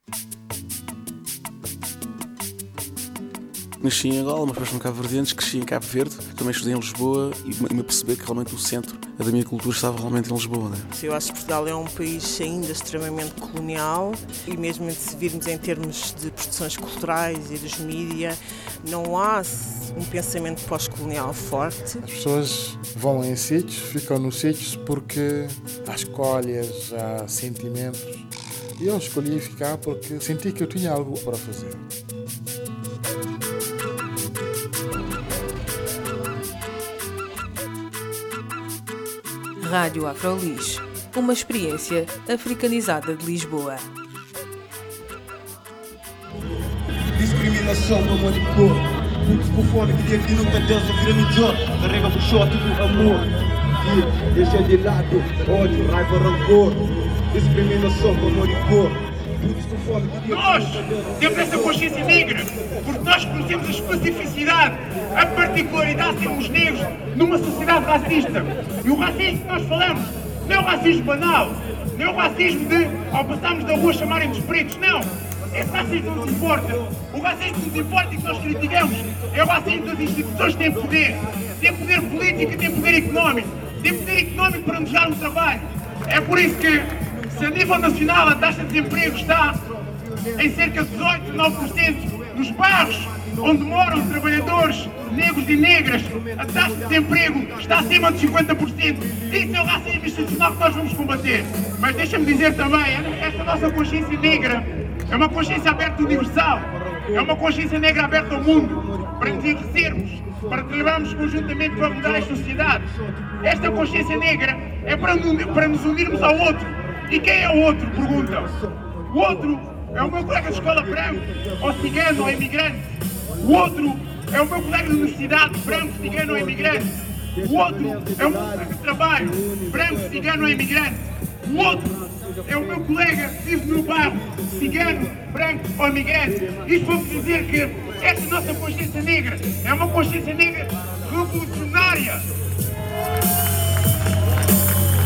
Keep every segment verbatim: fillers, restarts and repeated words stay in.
Nasci em Angola, mas depois no Cabo Verdeantes, cresci em Cabo Verde, também estudei em Lisboa e me percebi que realmente o centro da minha cultura estava realmente em Lisboa. Né? Eu acho que Portugal é um país ainda extremamente colonial e mesmo se virmos em termos de produções culturais e dos mídias, não há um pensamento pós-colonial forte. As pessoas vão em sítios, ficam nos sítios porque há escolhas, há sentimentos. E eu escolhi ficar porque senti que eu tinha algo para fazer. Rádio Afrolis, uma experiência africanizada de Lisboa. Discriminação, amor e cor. Putos por fora, queria que nunca Deus ouvir no idiota. Carrega o shot do amor. E deixa de lado ódio, raiva, rancor. Discriminação, amor e cor. Nós temos essa consciência negra, porque nós conhecemos a especificidade, a particularidade de sermos negros numa sociedade racista. E o racismo que nós falamos não é o racismo banal, não é o racismo de, ao passarmos da rua, chamarem-nos pretos, não. Esse racismo não nos importa. O racismo que nos importa e que nós criticamos é o racismo das instituições que têm poder. Tem poder político e tem poder económico. Tem poder económico para nos dar um trabalho. É por isso que, se a nível nacional a taxa de desemprego está em cerca de dezoito, nove por cento, nos bairros onde moram trabalhadores negros e negras, a taxa de desemprego está acima de cinquenta por cento. Isso é o racismo institucional que nós vamos combater. Mas deixa-me dizer também, esta nossa consciência negra é uma consciência aberta universal, é uma consciência negra aberta ao mundo, para nos enriquecermos, para trabalharmos conjuntamente para mudar a sociedade. Esta consciência negra é para, para nos unirmos ao outro. E quem é o outro? Perguntam. O outro é o meu colega de escola branco, ou cigano, ou imigrante. O outro é o meu colega de universidade, branco, cigano ou imigrante. O outro é o meu colega de trabalho, branco, cigano ou imigrante. O outro é o meu colega que vive no bairro, cigano, branco ou imigrante. Isto para dizer que esta nossa consciência negra é uma consciência negra revolucionária.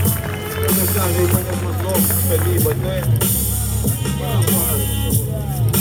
Mensagem para os mais novos, para mim, mas não é?